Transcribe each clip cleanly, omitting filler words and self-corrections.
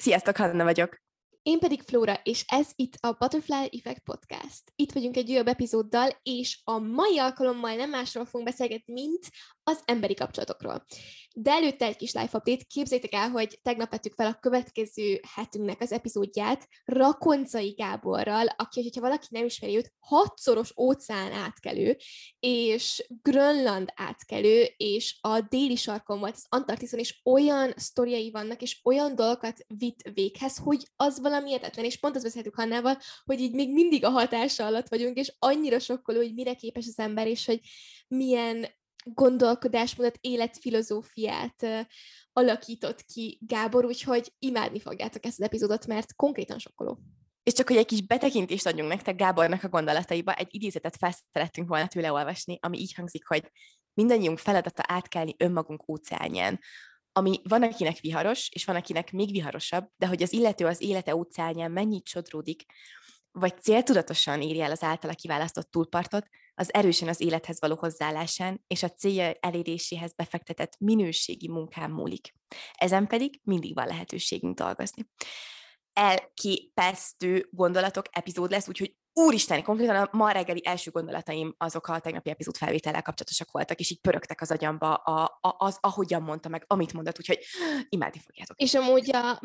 Sziasztok, Hanna vagyok. Én pedig Flóra, és ez itt a Butterfly Effect Podcast. Itt vagyunk egy újabb epizóddal, és a mai alkalommal nem másról fogunk beszélgetni, mint az emberi kapcsolatokról. De előtte egy kis live update. Képzeljétek el, hogy tegnap vettük fel a következő hetünknek az epizódját Rakoncai Gáborral, aki, hogyha valaki nem ismeri őt, 6-szoros óceán átkelő, és Grönland átkelő, és a déli sarkon volt, az Antarktiszon, és olyan sztoriai vannak, és olyan dolgokat vitt véghez, hogy az valami hihetetlen, és pont azt beszéltük Hannával, hogy így még mindig a hatása alatt vagyunk, és annyira sokkoló, hogy mire képes az ember, és hogy milyen gondolkodásmódot, életfilozófiát alakított ki Gábor, úgyhogy imádni fogjátok ezt az epizódot, mert konkrétan sokkoló. És csak, hogy egy kis betekintést adjunk nektek Gábornak a gondolataiba, egy idézetet fel szerettünk volna tőle olvasni, ami így hangzik, hogy mindannyiunk feladata átkelni önmagunk óceánján, ami van, akinek viharos, és van, akinek még viharosabb, de hogy az illető az élete óceánján mennyit sodródik, vagy céltudatosan éri el az általa kiválasztott túlpartot, az erősen az élethez való hozzáállásán és a célja eléréséhez befektetett minőségi munkán múlik. Ezen pedig mindig van lehetőségünk dolgozni. Elképesztő gondolatok epizód lesz, úgyhogy úristen, konkrétan a ma reggeli első gondolataim azok a tegnapi epizód felvétellel kapcsolatosak voltak, és így pörögtek az agyamba az, ahogyan mondta meg, amit mondott, úgyhogy imádni fogjátok. És amúgy a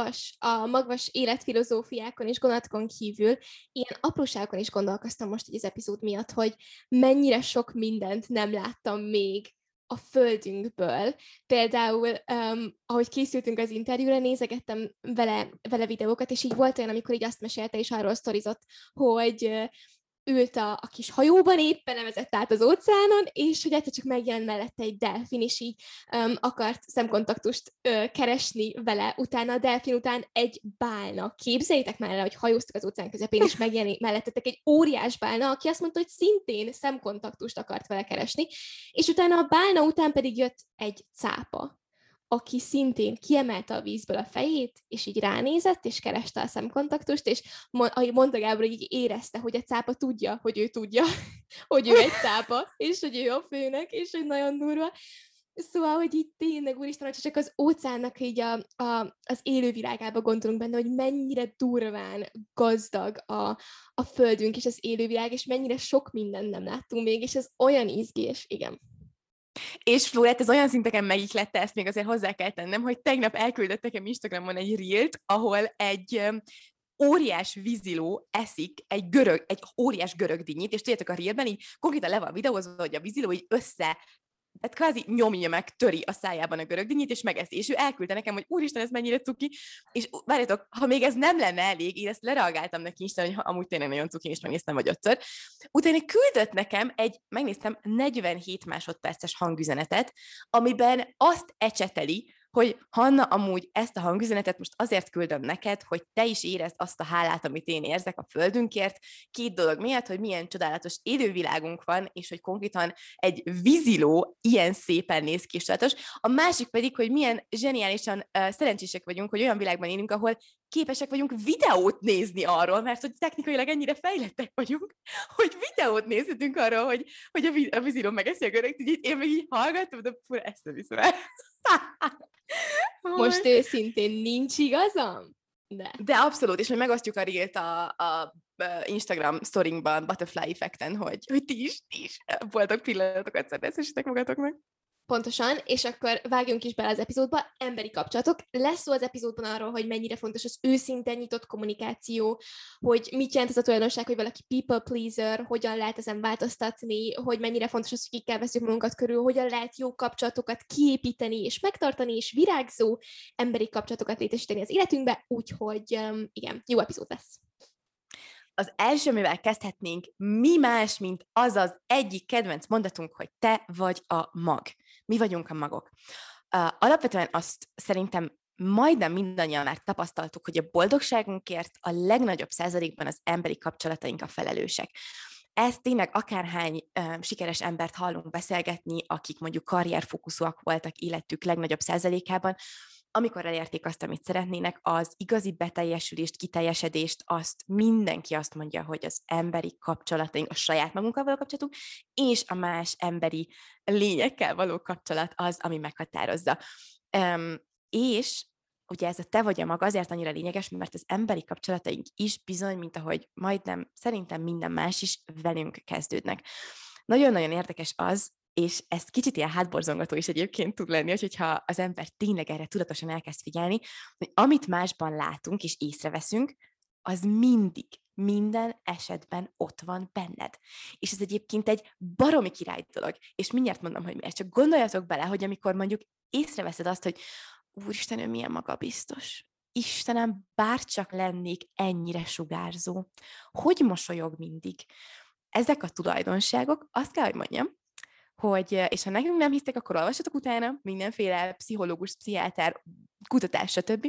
magvas életfilozófiákon és gondolatokon kívül ilyen apróságokon is gondolkoztam most így az epizód miatt, hogy mennyire sok mindent nem láttam még a földünkből. Például, ahogy készültünk az interjúra, nézegettem vele videókat, és így volt olyan, amikor így azt mesélte, és arról sztorizott, hogy ült a kis hajóban, éppen nevezett át az óceánon, és hogy egyszer csak megjelent mellette egy delfin, és így akart szemkontaktust keresni vele. Utána a delfin után egy bálna. Képzeljétek már el, hogy hajóztak az óceán közepén, és megjelenik mellettetek egy óriás bálna, aki azt mondta, hogy szintén szemkontaktust akart vele keresni, és utána a bálna után pedig jött egy cápa, aki szintén kiemelte a vízből a fejét, és így ránézett, és kereste a szemkontaktust, és ahogy mondta Gábor, így érezte, hogy a cápa tudja, hogy ő tudja, hogy ő egy cápa, és hogy ő a főnök, és hogy nagyon durva. Szóval, hogy így tényleg, úristen, hogy csak az óceánnak így az élővilágába gondolunk benne, hogy mennyire durván gazdag a földünk és az élővilág, és mennyire sok mindent nem láttunk még, és ez olyan izgés, igen. És Flórát, ez olyan szinteken megihlette, ezt még azért hozzá kell tennem, hogy tegnap elküldött nekem Instagramon egy reelt, ahol egy óriás víziló eszik egy óriás görög dinnyit, és tudjátok, a reelben így konkrétan le van videózva, hogy a víziló így tehát kvázi nyomja meg, töri a szájában a görög dinnyit, és megeszi. És ő elküldte nekem, hogy úristen, ez mennyire cuki. És várjátok, ha még ez nem lenne elég, én ezt lereagáltam neki Isten, hogy amúgy tényleg nagyon cuki, és megnéztem vagy 5-ször. Utána küldött nekem megnéztem, 47 másodperces hangüzenetet, amiben azt ecseteli, hogy Hanna, amúgy ezt a hangüzenetet most azért küldöm neked, hogy te is érezd azt a hálát, amit én érzek a földünkért, 2 dolog miatt, hogy milyen csodálatos élővilágunk van, és hogy konkrétan egy víziló ilyen szépen néz ki, és csodálatos. A másik pedig, hogy milyen zseniálisan szerencsések vagyunk, hogy olyan világban élünk, ahol képesek vagyunk videót nézni arról, mert hogy technikailag ennyire fejlettek vagyunk, hogy videót nézhetünk arról, hogy a víziló megeszi a görög dinnyit, én meg így hallgattam, de fura, ezt nem hiszem el. Most őszintén nincs igazam? De abszolút, és hogy megosztjuk a reelt a Instagram sztorinkban, Butterfly Effecten, hogy ti is boldog pillanatokat szerezhessetek magatoknak. Pontosan, és akkor vágjunk is bele az epizódba, emberi kapcsolatok. Lesz szó az epizódban arról, hogy mennyire fontos az őszinte nyitott kommunikáció, hogy mit jelent az a tulajdonság, hogy valaki people pleaser, hogyan lehet ezen változtatni, hogy mennyire fontos az, hogy kikkel veszünk magunkat körül, hogyan lehet jó kapcsolatokat kiépíteni és megtartani, és virágzó emberi kapcsolatokat létesíteni az életünkbe, úgyhogy igen, jó epizód lesz. Az első, mivel kezdhetnénk, mi más, mint az az egyik kedvenc mondatunk, hogy te vagy a mag. Mi vagyunk a magok. Alapvetően azt szerintem majdnem mindannyian már tapasztaltuk, hogy a boldogságunkért a legnagyobb százalékban az emberi kapcsolataink a felelősek. Ez tényleg akárhány sikeres embert hallunk beszélgetni, akik mondjuk karrierfókuszúak voltak életük legnagyobb százalékában, amikor elérték azt, amit szeretnének, az igazi beteljesülést, kiteljesedést, azt mindenki azt mondja, hogy az emberi kapcsolataink, a saját magunkkal való kapcsolatunk, és a más emberi lényekkel való kapcsolat az, ami meghatározza. És ugye ez a te vagy a maga azért annyira lényeges, mert az emberi kapcsolataink is bizony, mint ahogy majdnem szerintem minden más is velünk kezdődnek. Nagyon-nagyon érdekes az, és ez kicsit ilyen hátborzongató is egyébként tud lenni, hogyha az ember tényleg erre tudatosan elkezd figyelni, hogy amit másban látunk és észreveszünk, az mindig, minden esetben ott van benned. És ez egyébként egy baromi király dolog. És mindjárt mondom, hogy miért. Csak gondoljatok bele, hogy amikor mondjuk észreveszed azt, hogy úristen, ő milyen magabiztos. Istenem, bárcsak lennék ennyire sugárzó. Hogy mosolyog mindig? Ezek a tulajdonságok, azt kell, hogy mondjam, hogy, és ha nekünk nem hisztek, akkor olvassatok utána, mindenféle pszichológus, pszichiáter, kutatás, stb.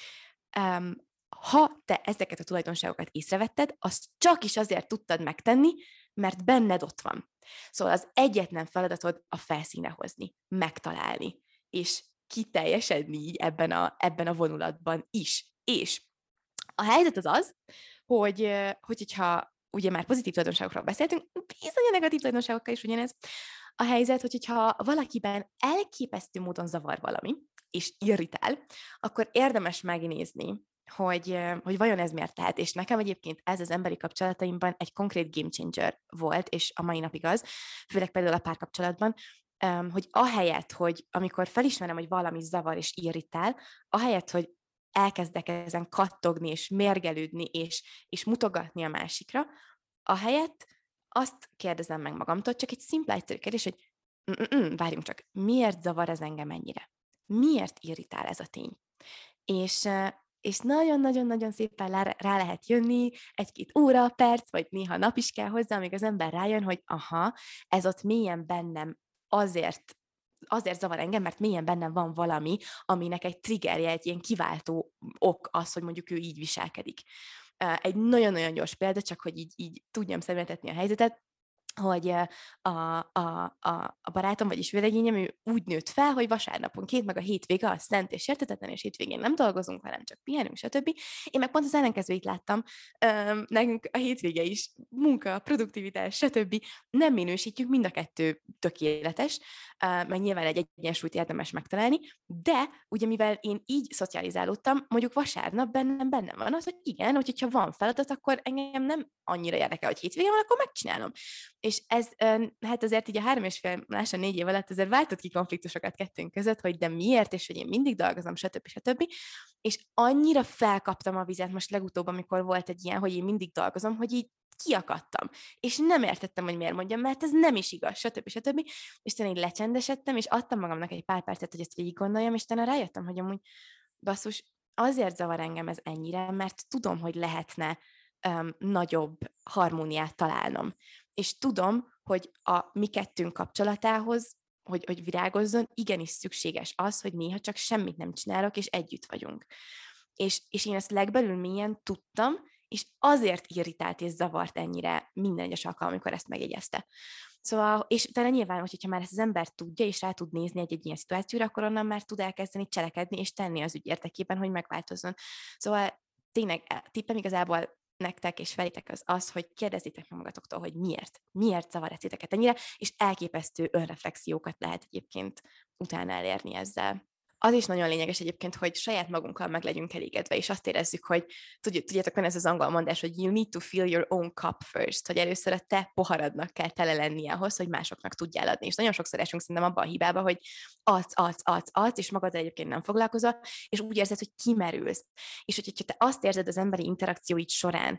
Ha te ezeket a tulajdonságokat észrevetted, azt csak is azért tudtad megtenni, mert benned ott van. Szóval az egyetlen feladatod a felszínre hozni, megtalálni, és kiteljesedni így ebben a vonulatban is. És a helyzet az, hogyha ugye már pozitív tulajdonságokról beszéltünk, bizony a negatív tulajdonságokkal is ugyanez. A helyzet, hogyha valakiben elképesztő módon zavar valami, és irritál, akkor érdemes megnézni, hogy vajon ez miért lehet. És nekem egyébként ez az emberi kapcsolataimban egy konkrét game changer volt, és a mai napig az, főleg például a párkapcsolatban, hogy ahelyett, hogy amikor felismerem, hogy valami zavar és irritál, ahelyett, hogy elkezdek ezen kattogni, és mérgelődni, és mutogatni a másikra, ahelyett azt kérdezem meg magamtól, csak egy szimpla egyszerű kérdés, hogy várjunk csak, miért zavar ez engem ennyire? Miért irritál ez a tény? És nagyon-nagyon-nagyon szépen rá lehet jönni, 1-2 óra, perc, vagy néha nap is kell hozzá, amíg az ember rájön, hogy aha, ez ott mélyen bennem azért zavar engem, mert mélyen bennem van valami, aminek egy triggerje, egy ilyen kiváltó ok az, hogy mondjuk ő így viselkedik. Egy nagyon-nagyon gyors példa, csak hogy így tudjam szemléltetni a helyzetet, hogy a barátom, vagyis vőlegényem, ő úgy nőtt fel, hogy vasárnaponként, meg a hétvége az szent és értetetlen, és hétvégén nem dolgozunk, hanem csak pihenünk, stb. Én meg pont az ellenkezőit láttam. Nekünk a hétvége is munka, produktivitás, stb. Nem minősítjük, mind a kettő tökéletes, meg nyilván egy egyensúlyt érdemes megtalálni, de ugye mivel én így szocializálódtam, mondjuk vasárnap bennem van az, hogy igen, hogyha van feladat, akkor engem nem annyira érdekel, hogy hétvége van, akkor megcsinálom. És ez, hát azért így a 3,5, lassan 4 év alatt azért váltott ki konfliktusokat kettőnk között, hogy de miért, és hogy én mindig dolgozom, stb. És annyira felkaptam a vizet most legutóbb, amikor volt egy ilyen, hogy én mindig dolgozom, hogy így kiakadtam. És nem értettem, hogy miért mondjam, mert ez nem is igaz, stb. És utána így lecsendesedtem, és adtam magamnak egy pár percet, hogy ezt végig gondoljam, és utána rájöttem, hogy amúgy basszus, azért zavar engem ez ennyire, mert tudom, hogy lehetne nagyobb harmóniát találnom. És tudom, hogy a mi kettőnk kapcsolatához, hogy virágozzon, igenis szükséges az, hogy néha csak semmit nem csinálok, és együtt vagyunk. És én ezt legbelül mélyen tudtam, és azért irritált és zavart ennyire minden egyes alkalom, amikor ezt megjegyezte. Szóval, és utána nyilván, hogyha már ezt az ember tudja, és rá tud nézni egy ilyen szituációra, akkor onnan már tud elkezdeni cselekedni, és tenni az ügy érdekében, hogy megváltozzon. Szóval tényleg tippem igazából nektek és felétek az, hogy kérdezzétek meg magatoktól, hogy miért zavar ez titeket ennyire, és elképesztő önreflexiókat lehet egyébként utána elérni ezzel. Az is nagyon lényeges egyébként, hogy saját magunkkal meg legyünk elégedve, és azt érezzük, hogy tudjátok, van ez az angol mondás, hogy you need to fill your own cup first, hogy először a te poharadnak kell tele lennie ahhoz, hogy másoknak tudjál adni. És nagyon sokszor esünk szerintem abba a hibába, hogy adsz, és magaddal egyébként nem foglalkozol, és úgy érzed, hogy kimerülsz. És hogyha te azt érzed az emberi interakcióid során,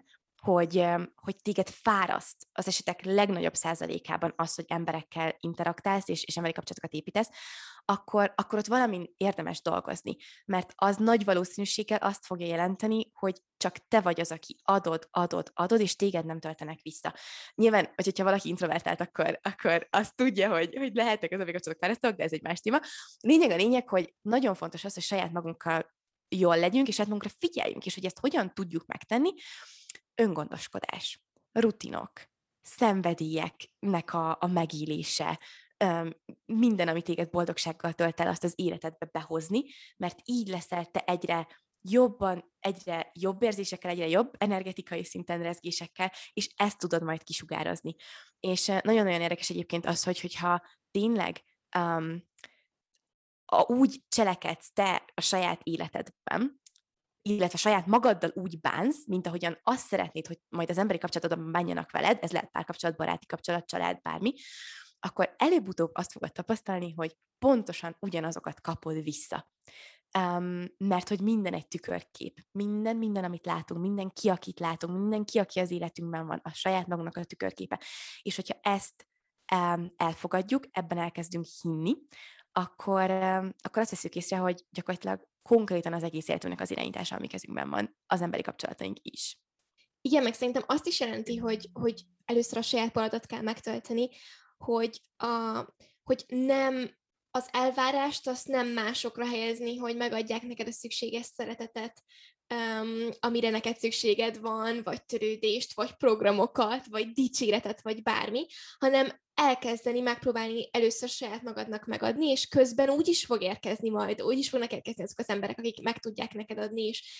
hogy téged fáraszt az esetek legnagyobb százalékában az, hogy emberekkel interaktálsz és emberi kapcsolatokat építesz, akkor ott valamin érdemes dolgozni, mert az nagy valószínűséggel azt fogja jelenteni, hogy csak te vagy az, aki adod, és téged nem töltenek vissza. Nyilván, hogyha valaki introvertált, akkor azt tudja, hogy lehetnek az emberi kapcsolatok fárasztóak, de ez egy más téma. A lényeg, hogy nagyon fontos az, hogy saját magunkkal jól legyünk, és saját magunkra figyeljünk, és hogy ezt hogyan tudjuk megtenni. Öngondoskodás, rutinok, szenvedélyeknek a megélése, minden, ami téged boldogsággal tölt el, azt az életedbe behozni, mert így leszel te egyre jobb érzésekkel, egyre jobb energetikai szinten rezgésekkel, és ezt tudod majd kisugározni. És nagyon-nagyon érdekes egyébként az, hogyha tényleg úgy cselekedsz te a saját életedben, illetve saját magaddal úgy bánsz, mint ahogyan azt szeretnéd, hogy majd az emberi kapcsolatodban bánjanak veled, ez lehet párkapcsolat, baráti kapcsolat, család, bármi, akkor előbb-utóbb azt fogod tapasztalni, hogy pontosan ugyanazokat kapod vissza. Mert hogy minden egy tükörkép. Minden, amit látunk, mindenki, akit látunk, mindenki, aki az életünkben van, a saját magunknak a tükörképe. És hogyha ezt elfogadjuk, ebben elkezdünk hinni, akkor azt veszük észre, hogy gyakorlatilag konkrétan az egész életünknek az irányítása, ami kezünkben van, az emberi kapcsolataink is. Igen, meg szerintem azt is jelenti, hogy először a saját poladat kell megtölteni, hogy nem az elvárást azt nem másokra helyezni, hogy megadják neked a szükséges szeretetet, amire neked szükséged van, vagy törődést, vagy programokat, vagy dicséretet, vagy bármi, hanem elkezdeni, megpróbálni először saját magadnak megadni, és közben úgy is fog érkezni majd, úgy is fognak érkezni azok az emberek, akik meg tudják neked adni,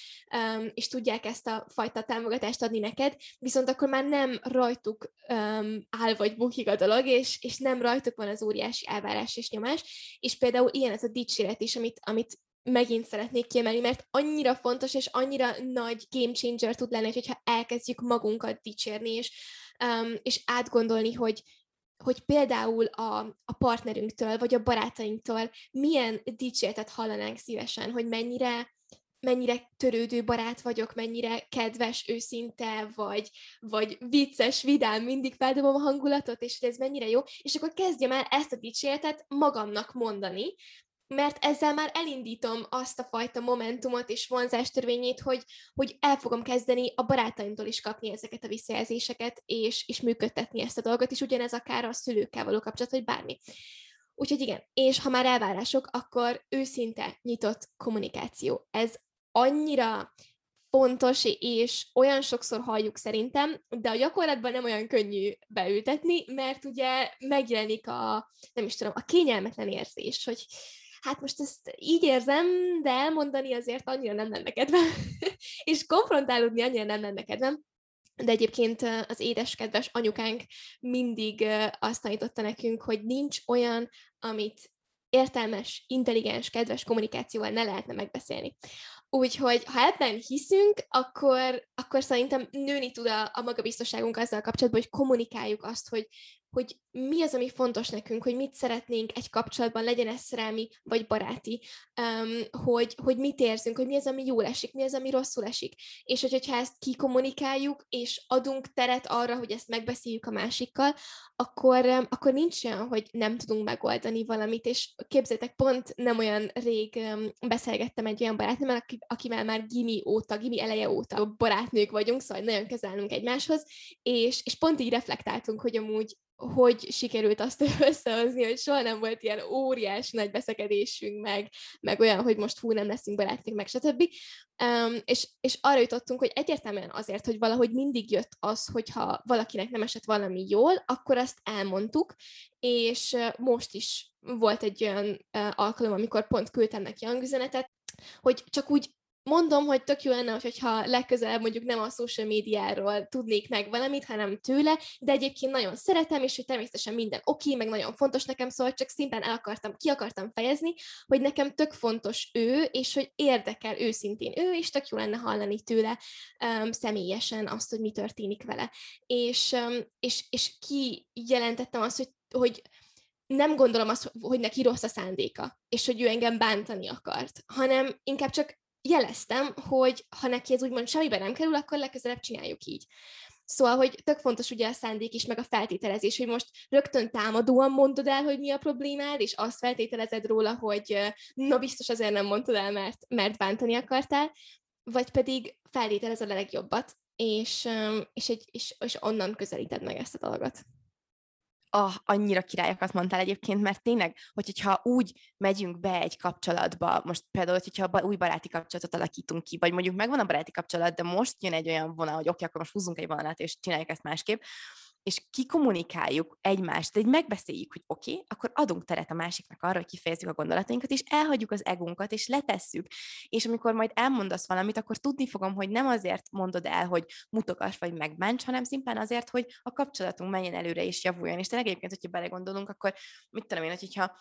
és tudják ezt a fajta támogatást adni neked, viszont akkor már nem rajtuk áll vagy bukik a dolog, és nem rajtuk van az óriási elvárás és nyomás, és például ilyen ez a dicséret is, amit megint szeretnék kiemelni, mert annyira fontos, és annyira nagy game changer tud lenni, hogyha elkezdjük magunkat dicsérni, és átgondolni, hogy például a partnerünktől, vagy a barátainktól milyen dicséretet hallanánk szívesen, hogy mennyire törődő barát vagyok, mennyire kedves, őszinte, vagy vicces, vidám, mindig feldobom a hangulatot, és hogy ez mennyire jó, és akkor kezdjem el ezt a dicséretet magamnak mondani, mert ezzel már elindítom azt a fajta momentumot és vonzástörvényét, hogy el fogom kezdeni a barátaimtól is kapni ezeket a visszajelzéseket, és működtetni ezt a dolgot, és ugyanez akár a szülőkkel való kapcsolat, vagy bármi. Úgyhogy igen, és ha már elvárások, akkor őszinte, nyitott kommunikáció. Ez annyira fontos, és olyan sokszor halljuk szerintem, de a gyakorlatban nem olyan könnyű beültetni, mert ugye megjelenik a kényelmetlen érzés, hogy hát most ezt így érzem, de elmondani azért annyira nem lenne kedvem, és konfrontálódni annyira nem lenne kedvem, de egyébként az édeskedves anyukánk mindig azt tanította nekünk, hogy nincs olyan, amit értelmes, intelligens, kedves kommunikációval ne lehetne megbeszélni. Úgyhogy ha ebben hiszünk, akkor szerintem nőni tud a magabiztosságunk azzal kapcsolatban, hogy kommunikáljuk azt, hogy mi az, ami fontos nekünk, hogy mit szeretnénk egy kapcsolatban, legyen ez szerelmi vagy baráti, hogy mit érzünk, hogy mi az, ami jól esik, mi az, ami rosszul esik. És hogyha ezt kikommunikáljuk, és adunk teret arra, hogy ezt megbeszéljük a másikkal, akkor nincs olyan, hogy nem tudunk megoldani valamit, és képzeljétek, pont nem olyan rég beszélgettem egy olyan barátnőmmel, akivel már gimi eleje óta barátnők vagyunk, szóval nagyon közel állunk egymáshoz, és pont így reflektáltunk, hogy amúgy hogy sikerült azt összehozni, hogy soha nem volt ilyen óriási nagy veszekedésünk, meg olyan, hogy most nem leszünk barátnők, meg stb. És arra jutottunk, hogy egyértelműen azért, hogy valahogy mindig jött az, hogyha valakinek nem esett valami jól, akkor azt elmondtuk, és most is volt egy olyan alkalom, amikor pont küldtem neki hangüzenetet, hogy csak úgy mondom, hogy tök jó lenne, hogyha legközelebb mondjuk nem a social médiáról tudnék meg valamit, hanem tőle, de egyébként nagyon szeretem, és hogy természetesen minden oké, meg nagyon fontos nekem, szóval csak szimplán ki akartam fejezni, hogy nekem tök fontos ő, és hogy érdekel őszintén ő, és tök jó lenne hallani tőle személyesen azt, hogy mi történik vele. És kijelentettem azt, hogy nem gondolom azt, hogy neki rossz a szándéka, és hogy ő engem bántani akart, hanem inkább csak jeleztem, hogy ha neki ez úgymond semmibe nem kerül, akkor legközelebb csináljuk így. Szóval, hogy tök fontos ugye a szándék is, meg a feltételezés, hogy most rögtön támadóan mondod el, hogy mi a problémád, és azt feltételezed róla, hogy na biztos azért nem mondtad el, mert bántani akartál, vagy pedig feltételezed a legjobbat, és onnan közelíted meg ezt a dolgot. Annyira királyokat mondtál egyébként, mert tényleg, hogyha úgy megyünk be egy kapcsolatba, most például, hogyha új baráti kapcsolatot alakítunk ki, vagy mondjuk megvan a baráti kapcsolat, de most jön egy olyan vonal, hogy oké, akkor most húzzunk egy vonalat, és csináljuk ezt másképp, és kikommunikáljuk egymást, de megbeszéljük, hogy oké, akkor adunk teret a másiknak arra, hogy kifejezzük a gondolatainkat, és elhagyjuk az egunkat, és letesszük. És amikor majd elmondasz valamit, akkor tudni fogom, hogy nem azért mondod el, hogy mutogass vagy megbánts, hanem szimplán azért, hogy a kapcsolatunk menjen előre és javuljon. És tényleg egyébként, hogyha belegondolunk, akkor mit tudom én, hogyha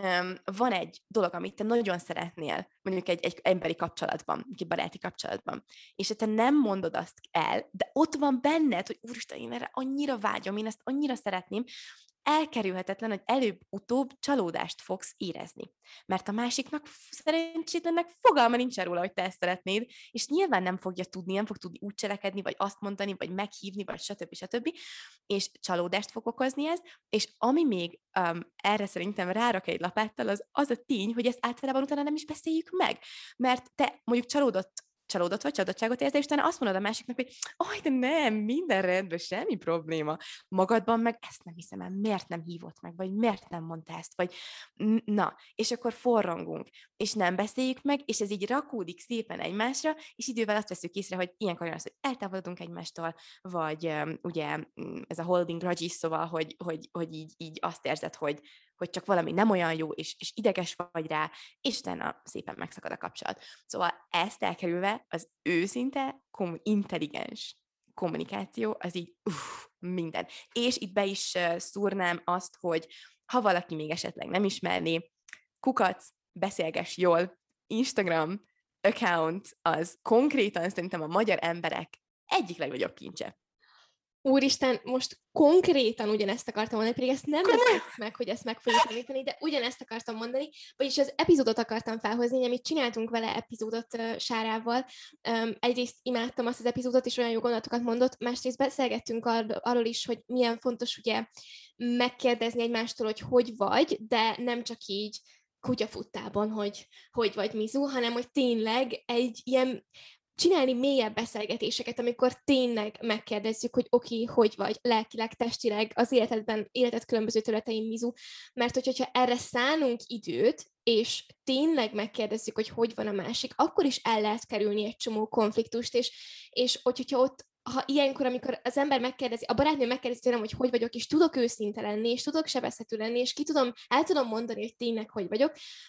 van egy dolog, amit te nagyon szeretnél, mondjuk egy emberi kapcsolatban, egy baráti kapcsolatban, és te nem mondod azt el, de ott van benned, hogy úristen, én erre annyira vágyom, én ezt annyira szeretném, elkerülhetetlen, hogy előbb-utóbb csalódást fogsz érezni. Mert a másiknak szerencsétlennek fogalma nincsen róla, hogy te ezt szeretnéd, és nyilván nem fogja tudni, nem fog tudni úgy cselekedni, vagy azt mondani, vagy meghívni, vagy stb. És csalódást fog okozni ez, és ami még erre szerintem rárak egy lapáttal, az a tény, hogy ezt általában utána nem is beszéljük meg. Mert te mondjuk csalódott vagy, csalódottságot érzel, és utána azt mondod a másiknak, hogy de nem, minden rendben, semmi probléma. Magadban meg ezt nem hiszem el, miért nem hívott meg, vagy miért nem mondta ezt, vagy na, és akkor forrongunk, és nem beszéljük meg, és ez így rakódik szépen egymásra, és idővel azt veszük észre, hogy ilyenkor olyan az, hogy eltávolodunk egymástól, vagy ugye ez a holding grudges, szóval, hogy így azt érzed, hogy csak valami nem olyan jó, és ideges vagy rá, és utána szépen megszakad a kapcsolat. Szóval ezt elkerülve az őszinte, intelligens kommunikáció, az így minden. És itt be is szúrnám azt, hogy ha valaki még esetleg nem ismerné, kukac, beszélgess jól, Instagram account az konkrétan szerintem a magyar emberek egyik legnagyobb kincse. Úristen, most konkrétan ugyanezt akartam mondani, pedig ezt nem beszéltük meg, hogy ezt meg fogjuk említeni, de ugyanezt akartam mondani, vagyis az epizódot akartam felhozni, amit csináltunk vele epizódot Sárával. Egyrészt imádtam azt az epizódot, és olyan jó gondolatokat mondott, másrészt beszélgettünk arról is, hogy milyen fontos ugye megkérdezni egymástól, hogy vagy, de nem csak így kutyafuttában, hogy vagy Mizu, hanem hogy tényleg egy ilyen csinálni mélyebb beszélgetéseket, amikor tényleg megkérdezzük, hogy oké, hogy vagy lelkileg, testileg, az életed különböző területein, Mizu, mert hogyha erre szánunk időt, és tényleg megkérdezzük, hogy van a másik, akkor is el lehet kerülni egy csomó konfliktust, és hogyha ott ha ilyenkor, amikor az ember megkérdezi, a barátnő megkérdezi tőlem, hogy vagyok, és tudok őszinte lenni, és tudok sebezhető lenni, és el tudom mondani, hogy tényleg hogy vagyok,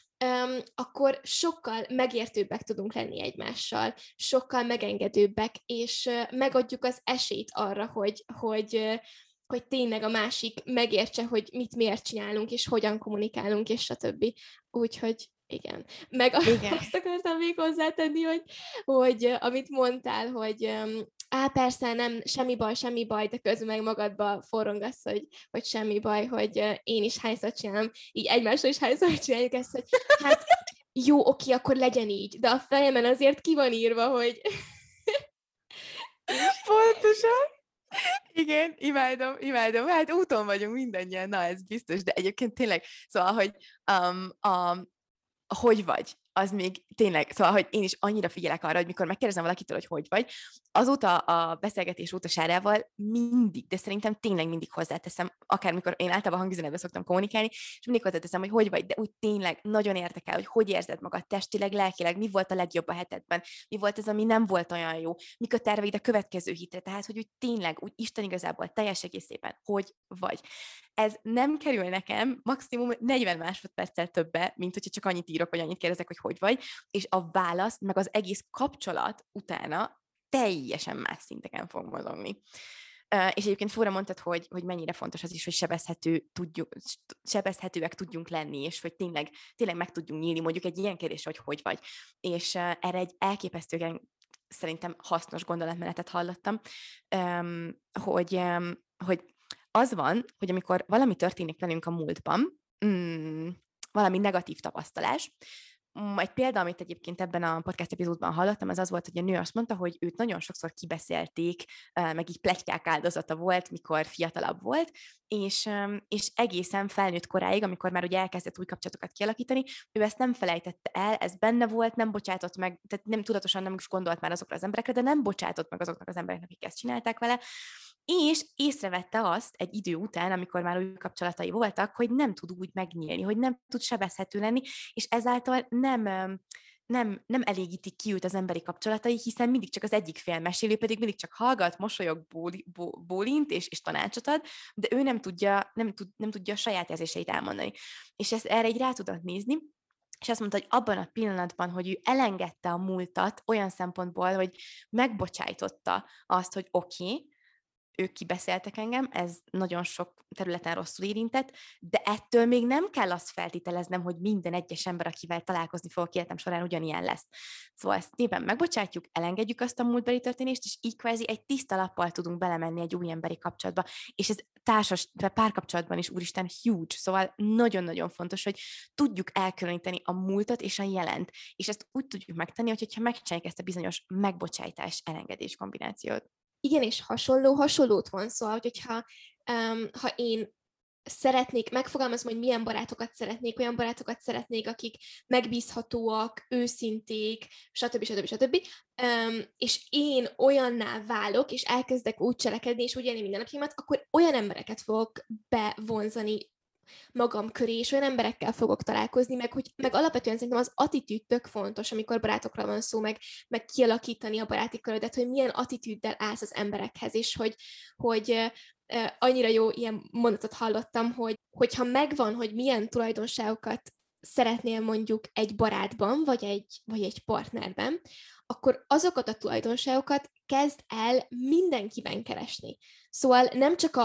akkor sokkal megértőbbek tudunk lenni egymással, sokkal megengedőbbek, és megadjuk az esélyt arra, hogy tényleg a másik megértse, hogy mit miért csinálunk, és hogyan kommunikálunk, és stb. Úgyhogy igen. Meg Igen. azt akartam még hozzátenni, hogy amit mondtál, hogy persze, nem, semmi baj, de közben meg magadba forrongasz, hogy semmi baj, hogy én is hányszor csinálom, így egymásra is hányszor csináljuk ezt, hogy hát jó, oké, akkor legyen így, de a fejemen azért ki van írva, hogy... Pontosan. Igen, imádom. Hát úton vagyunk mindannyian, na ez biztos, de egyébként tényleg, szóval, hogy hogy vagy, az még tényleg, szóval, hogy én is annyira figyelek arra, hogy mikor megkérdezem valakitől, hogy vagy, azóta a beszélgetés óta Sárával mindig, de szerintem tényleg mindig hozzáteszem, akár mikor én általában hangüzenetben szoktam kommunikálni, és mindig hozzáteszem, hogy vagy, de úgy tényleg nagyon érdekel, hogy érzed magad testileg, lelkileg, mi volt a legjobb a hetedben, mi volt az, ami nem volt olyan jó, mik a terveid a következő hétre, tehát, hogy úgy tényleg, úgy Isten igazából teljes egészében, hogy vagy. Ez nem kerül nekem maximum 40 másodperccel többe, mint hogyha csak annyit írok, vagy annyit kérdezek, hogy vagy, és a válasz, meg az egész kapcsolat utána teljesen más szinteken fog mozogni. És egyébként Flóra mondtad, hogy mennyire fontos az is, hogy sebezhetőek tudjunk lenni, és hogy tényleg meg tudjunk nyílni, mondjuk egy ilyen kérdésre, hogy vagy. És erre egy elképesztően szerintem hasznos gondolatmenetet hallottam, hogy az van, hogy amikor valami történik velünk a múltban, valami negatív tapasztalás, egy példa, amit egyébként ebben a podcast epizódban hallottam, az volt, hogy a nő azt mondta, hogy őt nagyon sokszor kibeszélték, meg így pletykák áldozata volt, mikor fiatalabb volt, és egészen felnőtt koráig, amikor már ugye elkezdett új kapcsolatokat kialakítani, ő ezt nem felejtette el, ez benne volt, nem bocsátott meg, tehát nem tudatosan nem is gondolt már azokra az emberekre, de nem bocsátott meg azoknak az embereknek, akik ezt csinálták vele, és észrevette azt egy idő után, amikor már új kapcsolatai voltak, hogy nem tud úgy megnyílni, hogy nem tud sebezhető lenni, és ezáltal nem elégítik ki őt az emberi kapcsolatai, hiszen mindig csak az egyik fél mesél, pedig mindig csak hallgat, mosolyog, bólint és tanácsot ad, de ő nem tudja a saját érzéseit elmondani. És erre így rá tudod nézni, és azt mondta, hogy abban a pillanatban, hogy ő elengedte a múltat olyan szempontból, hogy megbocsájtotta azt, hogy oké, ők kibeszéltek engem, ez nagyon sok területen rosszul érintett, de ettől még nem kell azt feltételeznem, hogy minden egyes ember, akivel találkozni fogok életem során, ugyanilyen lesz. Szóval ezt nyilván megbocsátjuk, elengedjük azt a múltbeli történést, és így kvázi egy tiszta lappal tudunk belemenni egy új emberi kapcsolatba. És ez párkapcsolatban is, úristen, huge. Szóval nagyon-nagyon fontos, hogy tudjuk elkülöníteni a múltat és a jelent. És ezt úgy tudjuk megtenni, hogyha megcsináljuk ezt a bizonyos megbocsájtás elengedés kombinációt. Igen, és hasonlót von, szóval, hogyha ha én szeretnék, megfogalmazom, hogy milyen barátokat szeretnék, olyan barátokat szeretnék, akik megbízhatóak, őszinték, stb. És én olyanná válok, és elkezdek úgy cselekedni, és úgy élni mindennapjaimat, akkor olyan embereket fogok bevonzani magam köré, és olyan emberekkel fogok találkozni, meg alapvetően szerintem az attitűd tök fontos, amikor barátokra van szó, meg kialakítani a baráti körödet, hogy milyen attitűddel állsz az emberekhez, és hogy annyira jó ilyen mondatot hallottam, hogyha megvan, hogy milyen tulajdonságokat szeretnél mondjuk egy barátban, vagy egy partnerben, akkor azokat a tulajdonságokat kezd el mindenkiben keresni. Szóval nem csak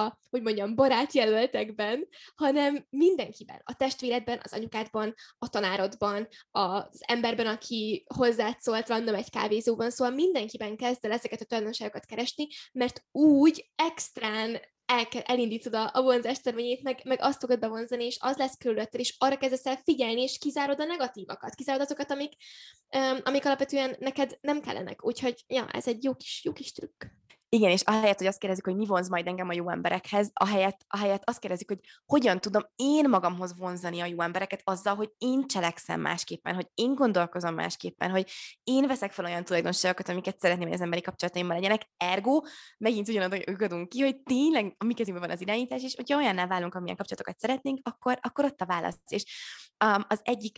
barátjelöltekben, hanem mindenkiben. A testvéredben, az anyukádban, a tanárodban, az emberben, aki hozzád szólt random egy kávézóban, szóval mindenkiben kezd el ezeket a tulajdonságokat keresni, mert úgy extrán elindítod a vonzás törvényét, meg azt fogod bevonzani, és az lesz körülötted, és arra kezdesz el figyelni, és kizárod a negatívakat, kizárod azokat, amik alapvetően neked nem kellenek. Úgyhogy, ja, ez egy jó kis trükk. Igen, és ahelyett, hogy azt kérdezik, hogy mi vonz majd engem a jó emberekhez, ahelyett azt kérdezik, hogy hogyan tudom én magamhoz vonzani a jó embereket azzal, hogy én cselekszem másképpen, hogy én gondolkozom másképpen, hogy én veszek fel olyan tulajdonságokat, amiket szeretném, hogy az emberi kapcsolataimban legyenek. Ergo, megint ugyanadunk adunk ki, hogy tényleg a mi kezünkben van az irányítás, és hogyha olyanná válunk, amilyen kapcsolatokat szeretnénk, akkor ott a válasz. És az egyik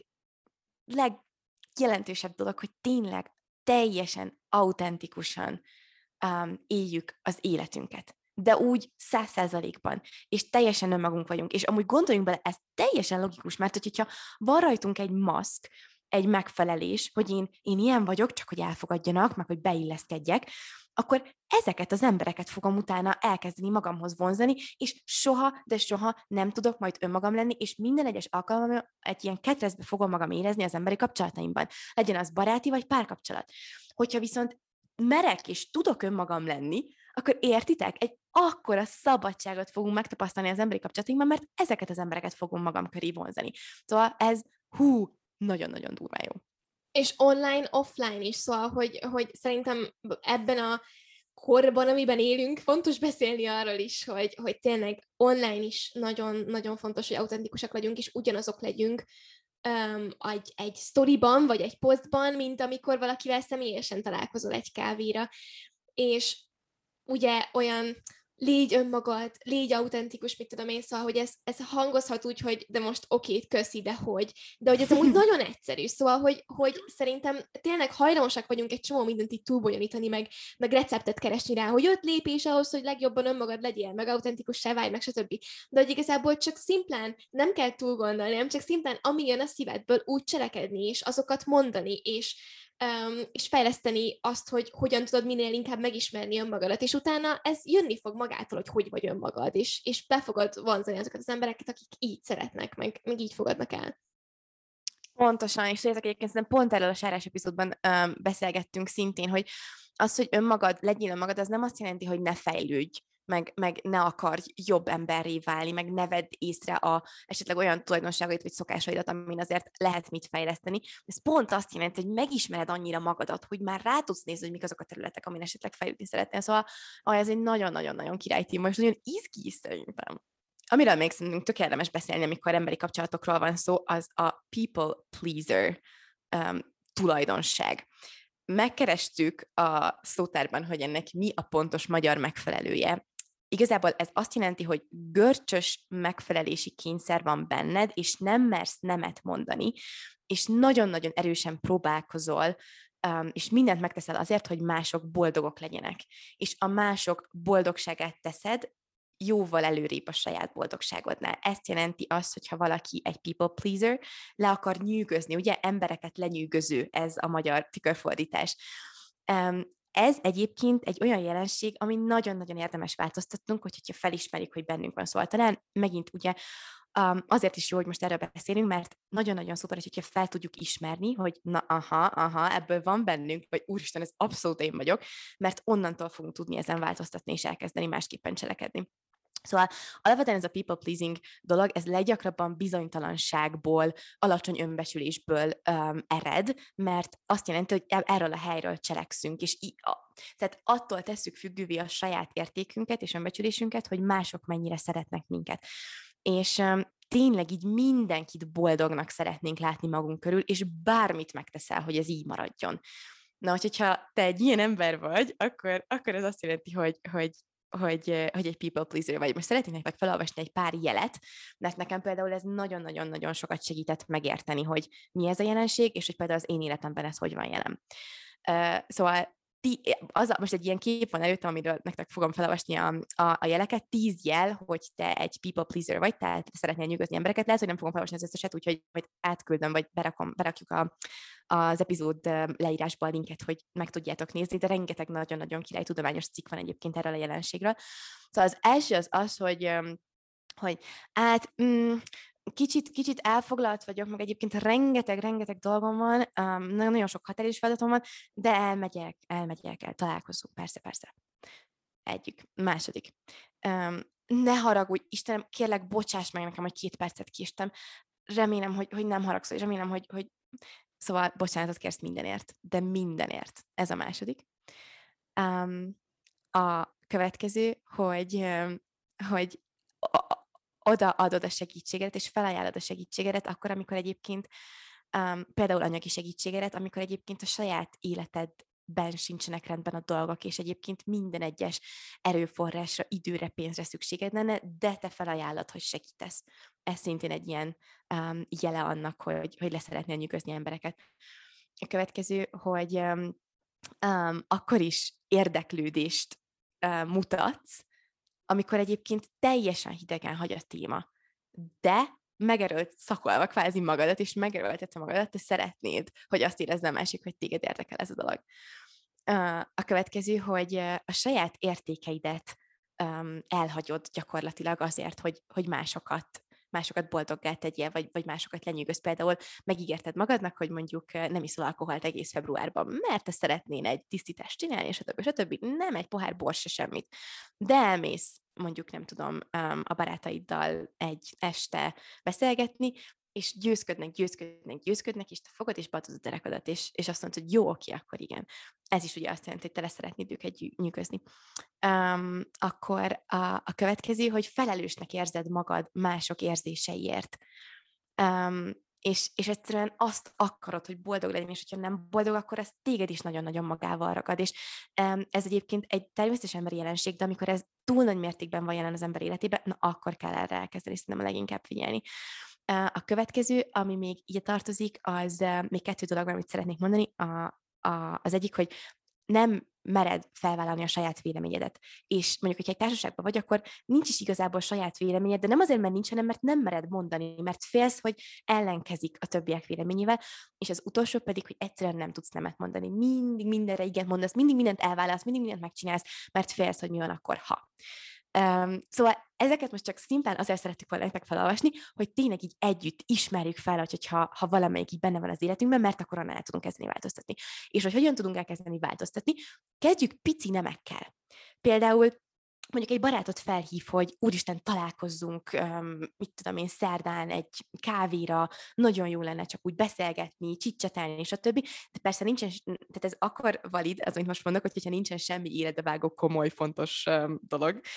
legjelentősebb dolog, hogy tényleg teljesen autentikusan éljük az életünket. De úgy 100%-ban, és teljesen önmagunk vagyunk. És amúgy gondoljunk bele, ez teljesen logikus, mert hogyha van rajtunk egy maszk, egy megfelelés, hogy én ilyen vagyok, csak hogy elfogadjanak, meg hogy beilleszkedjek, akkor ezeket az embereket fogom utána elkezdeni magamhoz vonzani, és soha, de soha nem tudok majd önmagam lenni, és minden egyes alkalommal egy ilyen ketrecbe fogom magam érezni az emberi kapcsolataimban. Legyen az baráti vagy párkapcsolat. Hogyha viszont merek és tudok önmagam lenni, akkor értitek? Egy akkora szabadságot fogunk megtapasztalni az emberi kapcsolatainkban, mert ezeket az embereket fogom magam köré vonzani. Szóval ez, nagyon-nagyon durván jó. És online, offline is, szóval, hogy szerintem ebben a korban, amiben élünk, fontos beszélni arról is, hogy tényleg online is nagyon fontos, hogy autentikusak legyünk, és ugyanazok legyünk egy sztoriban, vagy egy posztban, mint amikor valakivel személyesen találkozol egy kávéra. És ugye olyan légy önmagad, légy autentikus, mit tudom én, szóval, hogy ez hangozhat úgy, hogy de most oké, köszi, de hogy. De hogy ez amúgy nagyon egyszerű, szóval, hogy szerintem tényleg hajlamosak vagyunk egy csomó mindent így túlbonyolítani, meg receptet keresni rá, hogy 5 lépés ahhoz, hogy legjobban önmagad legyél, meg autentikussá válj, meg stb. De hogy igazából csak szimplán nem kell túl gondolni, nem csak szimplán ami jön a szívedből úgy cselekedni, és azokat mondani, és fejleszteni azt, hogy hogyan tudod minél inkább megismerni önmagadat, és utána ez jönni fog magától, hogy vagy önmagad, és be fogod vonzani azokat az embereket, akik így szeretnek, meg így fogadnak el. Pontosan, és tudjátok, egyébként pont erről a Sárás epizódban beszélgettünk szintén, hogy az, hogy legyél önmagad, az nem azt jelenti, hogy ne fejlődj, meg ne akarj jobb emberré válni, meg ne vedd észre esetleg olyan tulajdonságait vagy szokásaidat, amin azért lehet mit fejleszteni. Ez pont azt jelenti, hogy megismered annyira magadat, hogy már rá tudsz nézni, hogy mik azok a területek, amin esetleg fejlődni szeretnél. Szóval ez egy nagyon-nagyon-nagyon királytím, és nagyon izgi szerintem. Amiről még szerintem tök érdemes beszélni, amikor emberi kapcsolatokról van szó, az a people pleaser tulajdonság. Megkerestük a szótárban, hogy ennek mi a pontos magyar megfelelője, igazából ez azt jelenti, hogy görcsös megfelelési kényszer van benned, és nem mersz nemet mondani, és nagyon-nagyon erősen próbálkozol, és mindent megteszel azért, hogy mások boldogok legyenek. És a mások boldogságát teszed jóval előrébb a saját boldogságodnál. Ezt jelenti azt, hogyha valaki egy people pleaser, le akar nyűgözni, ugye embereket lenyűgöző, ez a magyar tükörfordítás. Ez egyébként egy olyan jelenség, ami nagyon-nagyon érdemes változtatnunk, hogyha felismerjük, hogy bennünk van. Szóval talán megint ugye azért is jó, hogy most erről beszélünk, mert nagyon-nagyon szuper, hogyha fel tudjuk ismerni, hogy na aha, ebből van bennünk, vagy úristen, ez abszolút én vagyok, mert onnantól fogunk tudni ezen változtatni és elkezdeni másképpen cselekedni. Szóval alapvetően ez a people pleasing dolog, ez leggyakrabban bizonytalanságból, alacsony önbecsülésből ered, mert azt jelenti, hogy erről a helyről cselekszünk, és tehát attól tesszük függővé a saját értékünket és önbecsülésünket, hogy mások mennyire szeretnek minket. És tényleg így mindenkit boldognak szeretnénk látni magunk körül, és bármit megteszel, hogy ez így maradjon. Na, hogyha te egy ilyen ember vagy, akkor ez azt jelenti, hogy egy people pleaser vagy. Most szeretnék nektek felolvasni egy pár jelet, mert nekem például ez nagyon-nagyon-nagyon sokat segített megérteni, hogy mi ez a jelenség, és hogy például az én életemben ez hogy van jelen. Szóval most egy ilyen kép van előttem, amiről nektek fogom felolvasni a jeleket, 10 jel, hogy te egy people pleaser vagy, tehát szeretnél nyugodni embereket. Lehet, hogy nem fogom felolvasni az összeset, úgyhogy majd átküldöm, vagy berakjuk az epizód leírásba a linket, hogy meg tudjátok nézni, de rengeteg nagyon-nagyon király tudományos cikk van egyébként erről a jelenségről. Szóval az első az, hogy kicsit elfoglalt vagyok, meg egyébként rengeteg dolgom van, nagyon sok határidős feladatom van, de elmegyek, találkozunk, persze. Egyik. Második. Ne haragudj, Istenem, kérlek, bocsáss meg nekem, hogy 2 percet késtem. Remélem, hogy nem haragszol, és remélem, hogy Szóval bocsánatot kérsz mindenért, de mindenért. Ez a második. A következő, hogy odaadod a segítségedet, és felajánlod a segítségedet, akkor, amikor egyébként például anyagi segítségedet, amikor egyébként a saját életedben sincsenek rendben a dolgok, és egyébként minden egyes erőforrásra, időre, pénzre szükséged lenne, de te felajánlod, hogy segítesz. Ez szintén egy ilyen jele annak, hogy leszeretnél nyugozni embereket. A következő, hogy akkor is érdeklődést mutatsz, amikor egyébként teljesen hidegen hagy a téma, de megerőlt szakolva kvázi magadat, és megerőltetve magadat, te szeretnéd, hogy azt érezze a másik, hogy téged érdekel ez a dolog. A következő, hogy a saját értékeidet elhagyod gyakorlatilag azért, hogy másokat boldoggá tegyél, vagy másokat lenyűgöz. Például megígérted magadnak, hogy mondjuk nem iszol alkoholt egész februárban, mert te szeretnél egy tisztítást csinálni, stb. Nem egy pohár bors se semmit. De elmész mondjuk, nem tudom, a barátaiddal egy este beszélgetni, és győzködnek, és te fogod, és beadod a derekadat, és azt mondod, hogy jó, oké, akkor igen. Ez is ugye azt jelenti, hogy te leszeretnéd őket nyűgözni. Akkor a következő, hogy felelősnek érzed magad mások érzéseiért. És egyszerűen azt akarod, hogy boldog legyen, és hogyha nem boldog, akkor ez téged is nagyon-nagyon magával ragad. És ez egyébként egy természetes emberi jelenség, de amikor ez túl nagy mértékben van jelen az ember életében, na akkor kell erre elkezdeni szerintem a leginkább figyelni. A következő, ami még ide tartozik, az még 2 dolog, amit szeretnék mondani. Az egyik, hogy nem mered felvállalni a saját véleményedet. És mondjuk, hogyha egy társaságban vagy, akkor nincs is igazából saját véleményed, de nem azért, mert nincs, hanem mert nem mered mondani, mert félsz, hogy ellenkezik a többiek véleményével, és az utolsó pedig, hogy egyszerűen nem tudsz nemet mondani. Mindig mindenre igent mondasz, mindig mindent elválasz, mindig mindent megcsinálsz, mert félsz, hogy mi van akkor, ha. Szóval ezeket most csak szimplán azért szerettük volna nektek felolvasni, hogy tényleg így együtt ismerjük fel, hogyha valamelyik így benne van az életünkben, mert akkor annál el tudunk kezdeni változtatni. És hogy hogyan tudunk elkezdeni változtatni, kezdjük pici nemekkel. Például mondjuk egy barátot felhív, hogy úristen, találkozzunk, mit tudom én, szerdán egy kávéra, nagyon jó lenne csak úgy beszélgetni, csicsetelni, és a többi. De persze nincsen, tehát ez akkor valid, az, amit most mondok, hogyha nincsen semmi életbevágó, komoly, fontos dolog.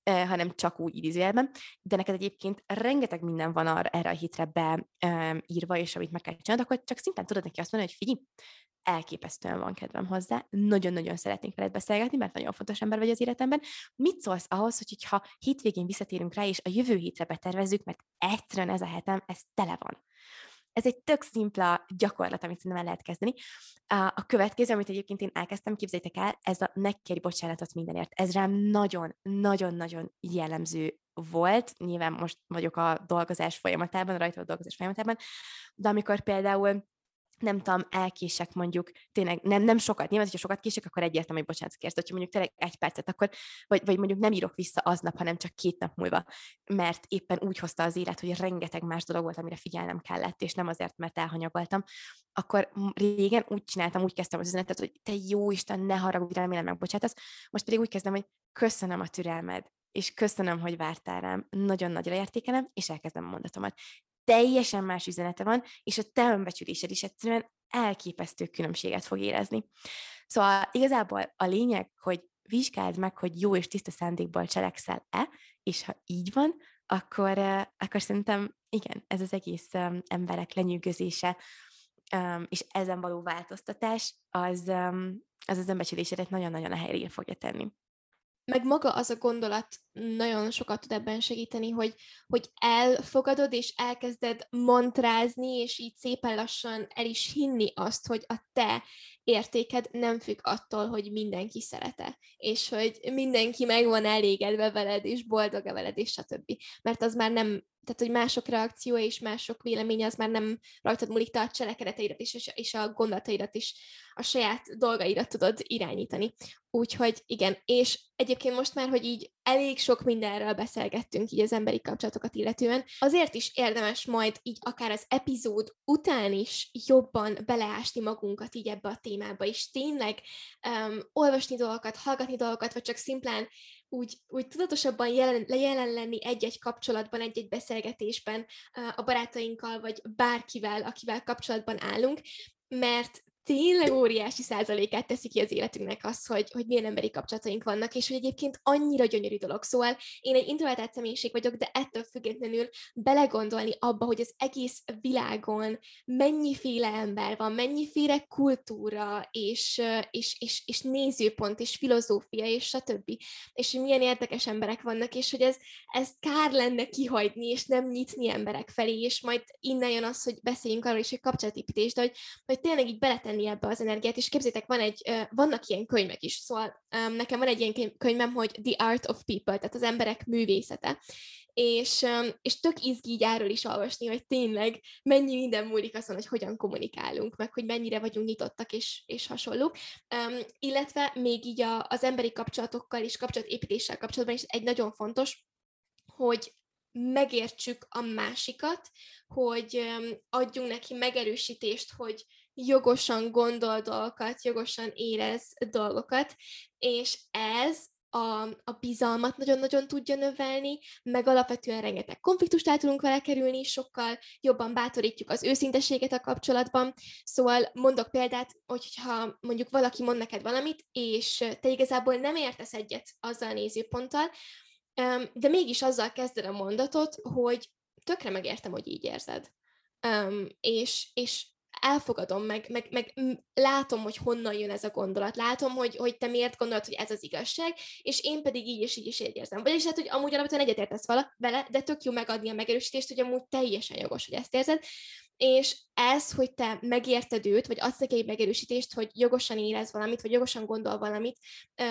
hanem csak úgy idézőjelben, de neked egyébként rengeteg minden van erre a hétre beírva, és amit meg kell csinálnod, akkor csak szimplán tudod neki azt mondani, hogy figyelj, elképesztően van kedvem hozzá, nagyon-nagyon szeretnénk veled beszélgetni, mert nagyon fontos ember vagy az életemben. Mit szólsz ahhoz, hogyha hétvégén visszatérünk rá, és a jövő hétre betervezzük, mert egyszerűen ez a hetem, ez tele van. Ez egy tök szimpla gyakorlat, amit szerintem el lehet kezdeni. A következő, amit egyébként én elkezdtem, képzeljétek el, ez a ne kérj bocsánatot mindenért. Ez rám nagyon-nagyon-nagyon jellemző volt. Nyilván most vagyok a dolgozás folyamatában, rajta a dolgozás folyamatában, de amikor például nem tudom, elkések mondjuk, tényleg nem sokat, nyilván, hogyha sokat kések, akkor egyértelmű, hogy bocsánatot kérsz, hogyha mondjuk tényleg egy percet, akkor, vagy mondjuk nem írok vissza aznap, hanem csak 2 nap múlva, mert éppen úgy hozta az élet, hogy rengeteg más dolog volt, amire figyelnem kellett, és nem azért, mert elhanyagoltam, akkor régen úgy csináltam, úgy kezdtem az üzenetet, hogy te jó Isten, ne haragudj, remélem megbocsátasz, most pedig úgy kezdem, hogy köszönöm a türelmed, és köszönöm, hogy vártál rám, nagyon nagyra értékelem, és elkezdem a mondatomat. Teljesen más üzenete van, és a te önbecsülésed is egyszerűen elképesztő különbséget fog érezni. Szóval igazából a lényeg, hogy vizsgáld meg, hogy jó és tiszta szándékból cselekszel-e, és ha így van, akkor szerintem igen, ez az egész emberek lenyűgözése, és ezen való változtatás, az önbecsülésedet nagyon-nagyon a helyére fogja tenni. Meg maga az a gondolat nagyon sokat tud ebben segíteni, hogy elfogadod, és elkezded mantrázni, és így szépen lassan el is hinni azt, hogy a te értéked nem függ attól, hogy mindenki szerete, és hogy mindenki meg van elégedve veled, és boldog-e veled, és stb. Mert az már nem, tehát hogy mások reakciója és mások véleménye, az már nem rajtad múlik, te a cselekedeteidet és a gondolataidat is, a saját dolgaidat tudod irányítani. Úgyhogy igen, és egyébként most már, hogy így elég sok mindenről beszélgettünk így az emberi kapcsolatokat illetően, azért is érdemes majd így akár az epizód után is jobban beleásni magunkat így ebbe a témába, és tényleg olvasni dolgokat, hallgatni dolgokat, vagy csak szimplán úgy tudatosabban jelen lenni egy-egy kapcsolatban, egy-egy beszélgetésben a barátainkkal, vagy bárkivel, akivel kapcsolatban állunk, mert tényleg óriási százalékát teszi ki az életünknek az, hogy milyen emberi kapcsolataink vannak, és hogy egyébként annyira gyönyörű dolog. Szóval én egy introvertált személyiség vagyok, de ettől függetlenül belegondolni abba, hogy az egész világon mennyiféle ember van, mennyiféle kultúra, és nézőpont, és filozófia, és stb. És hogy milyen érdekes emberek vannak, és hogy ez kár lenne kihagyni, és nem nyitni emberek felé, és majd innen jön az, hogy beszéljünk arról is, hogy kapcsolatépítés, de hogy tényleg így beletenni ebbe az energiát, és képzétek, vannak ilyen könyvek is, szóval nekem van egy ilyen könyvem, hogy The Art of People, tehát az emberek művészete, és tök izgi így erről is olvasni, hogy tényleg mennyi minden múlik azon, hogy hogyan kommunikálunk, meg hogy mennyire vagyunk nyitottak és hasonlók. Illetve még így az emberi kapcsolatokkal és kapcsolatépítéssel kapcsolatban is egy nagyon fontos, hogy megértsük a másikat, hogy adjunk neki megerősítést, hogy jogosan gondol dolgokat, jogosan érez dolgokat, és ez a bizalmat nagyon-nagyon tudja növelni, meg alapvetően rengeteg konfliktust el tudunk vele kerülni, sokkal jobban bátorítjuk az őszinteséget a kapcsolatban. Szóval mondok példát, hogyha mondjuk valaki mond neked valamit, és te igazából nem értesz egyet azzal a nézőponttal, de mégis azzal kezded a mondatot, hogy tökre megértem, hogy így érzed. És elfogadom, meg látom, hogy honnan jön ez a gondolat, látom, hogy te miért gondolod, hogy ez az igazság, és én pedig így is érzem. Vagyis hát, hogy amúgy alapvetően egyetértesz vele, de tök jó megadni a megerősítést, hogy amúgy teljesen jogos, hogy ezt érzed, és ez, hogy te megérted őt, vagy adsz neki egy megerősítést, hogy jogosan érez valamit, vagy jogosan gondol valamit,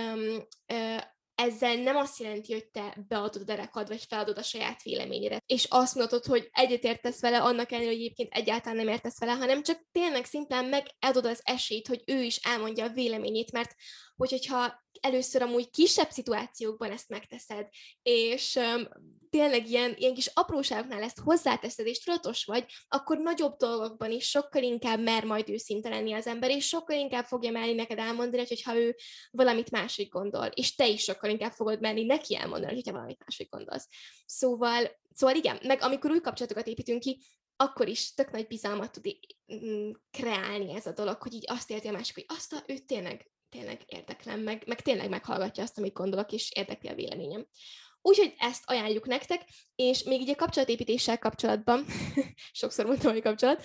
ezzel nem azt jelenti, hogy te beadod a derekad, vagy feladod a saját véleményedet, és azt mondod, hogy egyetértesz vele, annak ellenére, hogy egyébként egyáltalán nem értesz vele, hanem csak tényleg szimplán megadod az esélyt, hogy ő is elmondja a véleményét, mert hogyha először amúgy kisebb szituációkban ezt megteszed, és tényleg ilyen kis apróságoknál ezt hozzáteszed, és tudatos vagy, akkor nagyobb dolgokban is sokkal inkább mer majd őszinte lenni az ember, és sokkal inkább fogja merni neked elmondani, hogyha ő valamit másik gondol, és te is sokkal inkább fogod merni neki elmondani, hogyha valamit másik gondolsz. Szóval igen, meg amikor új kapcsolatokat építünk ki, akkor is tök nagy bizalmat tud kreálni ez a dolog, hogy így azt érti a másik, hogy ő tényleg érdeklem, meg tényleg meghallgatja azt, amit gondolok, és érdekli a véleményem. Úgyhogy ezt ajánljuk nektek, és még így a kapcsolatépítéssel kapcsolatban, sokszor mondtam, hogy kapcsolat,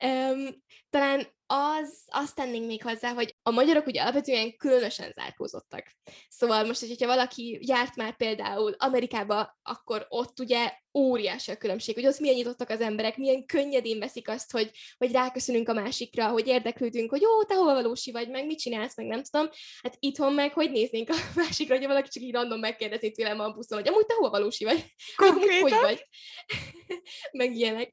talán azt tennénk még hozzá, hogy a magyarok ugye alapvetően különösen zárkózottak. Szóval most, hogyha valaki járt már például Amerikába, akkor ott ugye óriási a különbség, hogy ott milyen nyitottak az emberek, milyen könnyedén veszik azt, hogy ráköszönünk a másikra, hogy érdeklődünk, hogy ó, te hova valósi vagy, meg mit csinálsz, meg nem tudom. Hát itthon meg hogy néznénk a másikra, hogy valaki csak így random megkérdezni tőlem a buszon, hogy amúgy te hova valósi vagy, meg amúgy hogy vagy, meg ilyenek.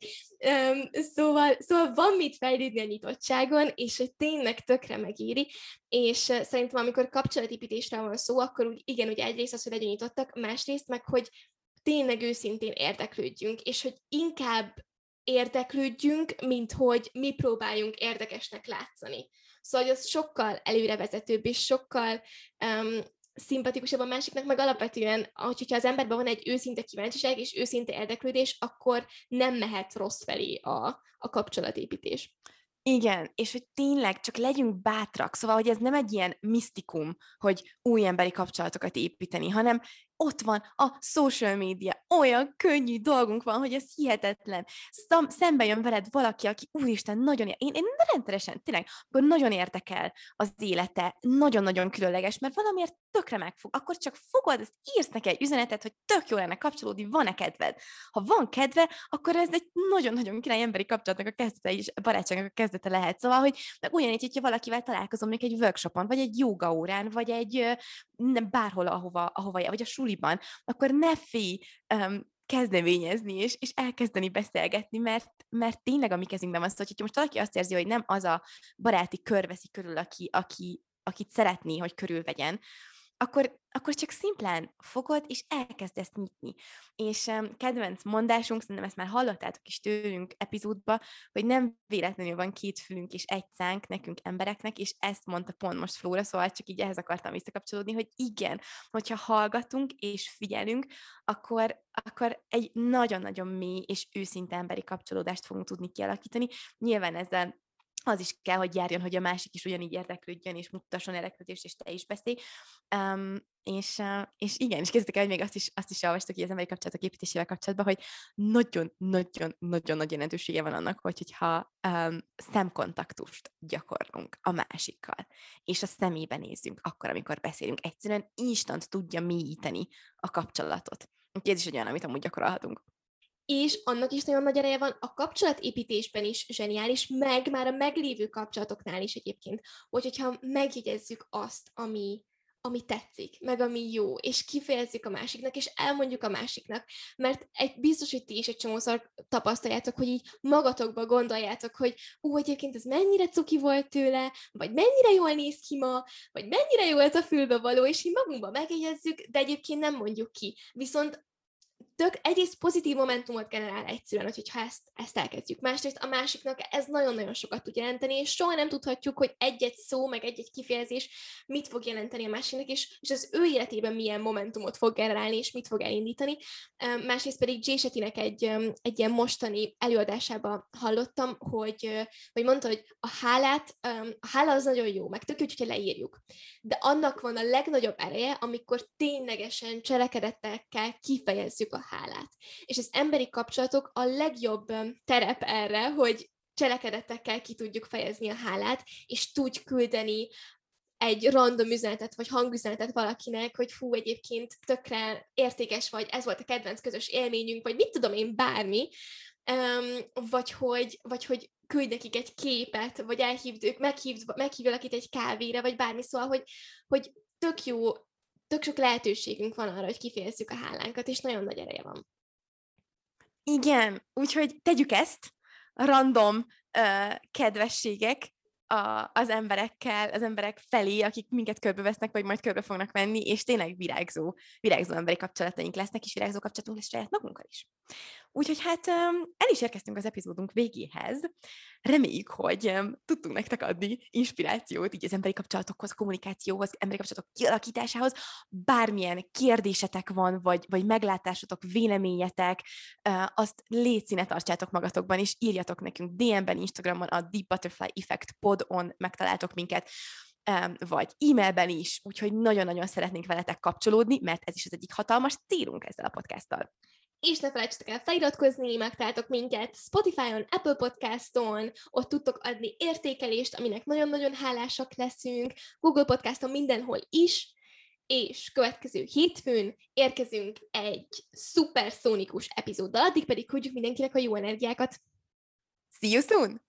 Szóval van mit fejlődni a nyitottságon, és hogy tényleg tökre megéri, és szerintem amikor kapcsolatépítésre van szó, akkor úgy, igen, ugye egyrészt az, hogy legyen nyitottak, másrészt meg, hogy tényleg őszintén érdeklődjünk, és hogy inkább érdeklődjünk, mint hogy mi próbáljunk érdekesnek látszani. Szóval az sokkal előrevezetőbb, és sokkal szimpatikusabb a másiknak, meg alapvetően, hogyha az emberben van egy őszinte kíváncsiság és őszinte érdeklődés, akkor nem mehet rossz felé a kapcsolatépítés. Igen, és hogy tényleg csak legyünk bátrak, szóval, hogy ez nem egy ilyen misztikum, hogy új emberi kapcsolatokat építeni, hanem ott van a social media, olyan könnyű dolgunk van, hogy ez hihetetlen. Szembe jön veled valaki, aki úristen, én rendszeresen, tényleg, akkor nagyon érdekel az élete, nagyon-nagyon különleges, mert valamiért tökre megfog, akkor csak fogod, ezt írsz neki egy üzenetet, hogy tök jó lenne kapcsolódni, van-e kedved? Ha van kedve, akkor ez egy nagyon-nagyon király emberi kapcsolatnak a kezdete és barátságnak a kezdete lehet. Szóval, hogy ugyanígy, hogyha valakivel találkozom még egy workshopon, vagy egy joga órán, vagy egy bárhol, ahova, vagy a suliban, akkor ne félj kezdeményezni, és elkezdeni beszélgetni, mert tényleg a mi kezünkben van szó, hogyha most valaki azt érzi, hogy nem az a baráti kör veszi körül, akit szeretné, hogy körülvegyen, akkor csak szimplán fogod, és elkezdesz nyitni. És kedvenc mondásunk, szerintem ezt már hallottátok is tőlünk epizódba, hogy nem véletlenül van két fülünk és egy szánk nekünk embereknek, és ezt mondta pont most Flóra, szóval csak így ehhez akartam visszakapcsolódni, hogy igen, hogyha hallgatunk és figyelünk, akkor egy nagyon-nagyon mély és őszinte emberi kapcsolódást fogunk tudni kialakítani. Nyilván ezzel az is kell, hogy járjon, hogy a másik is ugyanígy érdeklődjön, és mutasson érdeklődést, és te is beszélj. És igen, és kezdtek el, hogy még azt is olvastuk, hogy az emberi kapcsolatok építésével kapcsolatban, hogy nagyon-nagyon-nagyon nagy jelentősége van annak, hogyha szemkontaktust gyakorlunk a másikkal, és a szemébe nézzünk akkor, amikor beszélünk. Egyszerűen instant tudja mélyíteni a kapcsolatot. Úgyhogy ez is egy olyan, amit amúgy gyakorolhatunk. És annak is nagyon nagy ereje van a kapcsolatépítésben is zseniális, meg már a meglévő kapcsolatoknál is egyébként, hogyha megjegyezzük azt, ami tetszik, meg ami jó, és kifejezzük a másiknak, és elmondjuk a másiknak, mert biztos, hogy ti is egy csomószor tapasztaljátok, hogy így magatokba gondoljátok, hogy egyébként ez mennyire cuki volt tőle, vagy mennyire jól néz ki ma, vagy mennyire jó ez a fülbevaló, és így magunkba megjegyezzük, de egyébként nem mondjuk ki. Viszont egyrészt pozitív momentumot generál egyszerűen, hogyha ezt elkezdjük. Másrészt a másiknak ez nagyon-nagyon sokat tud jelenteni, és soha nem tudhatjuk, hogy egy-egy szó, meg egy-egy kifejezés mit fog jelenteni a másiknak, és az ő életében milyen momentumot fog generálni, és mit fog elindítani. Másrészt pedig Jay Shettynek egy ilyen mostani előadásában hallottam, hogy mondta, hogy a hála az nagyon jó, meg tök jó, hogyha leírjuk. De annak van a legnagyobb ereje, amikor ténylegesen cselekedettekkel kifejezzük a hálát. És az emberi kapcsolatok a legjobb terep erre, hogy cselekedetekkel ki tudjuk fejezni a hálát, és tudj küldeni egy random üzenetet, vagy hangüzenetet valakinek, hogy fú, egyébként tökre értékes vagy, ez volt a kedvenc közös élményünk, vagy mit tudom én, bármi, vagy hogy küldj nekik egy képet, vagy meghív valakit egy kávéra, vagy bármi, szóval, hogy tök jó, tök sok lehetőségünk van arra, hogy kifejezzük a hálánkat, és nagyon nagy ereje van. Igen, úgyhogy tegyük ezt, random kedvességek az emberek felé, akik minket körbevesznek, vagy majd körbe fognak venni, és tényleg virágzó emberi kapcsolataink lesznek, és virágzó kapcsolatunk lesz saját magunkkal is. Úgyhogy hát el is érkeztünk az epizódunk végéhez. Reméljük, hogy tudtunk nektek adni inspirációt így az emberi kapcsolatokhoz, kommunikációhoz, emberi kapcsolatok kialakításához. Bármilyen kérdésetek van, vagy meglátásotok, véleményetek, azt létszíne tartsátok magatokban, és írjatok nekünk DM-ben, Instagramon, a Deep Butterfly Effect podon megtaláltok minket. vagy e-mailben is, úgyhogy nagyon-nagyon szeretnénk veletek kapcsolódni, mert ez is az egyik hatalmas célunk ezzel a podcasttal. És ne felejtsetek el feliratkozni, megtaláltok minket Spotify-on, Apple Podcaston, ott tudtok adni értékelést, aminek nagyon-nagyon hálásak leszünk, Google Podcaston, mindenhol is, és következő hétfőn érkezünk egy szuperszónikus epizóddal, addig pedig küldjük mindenkinek a jó energiákat. See you soon!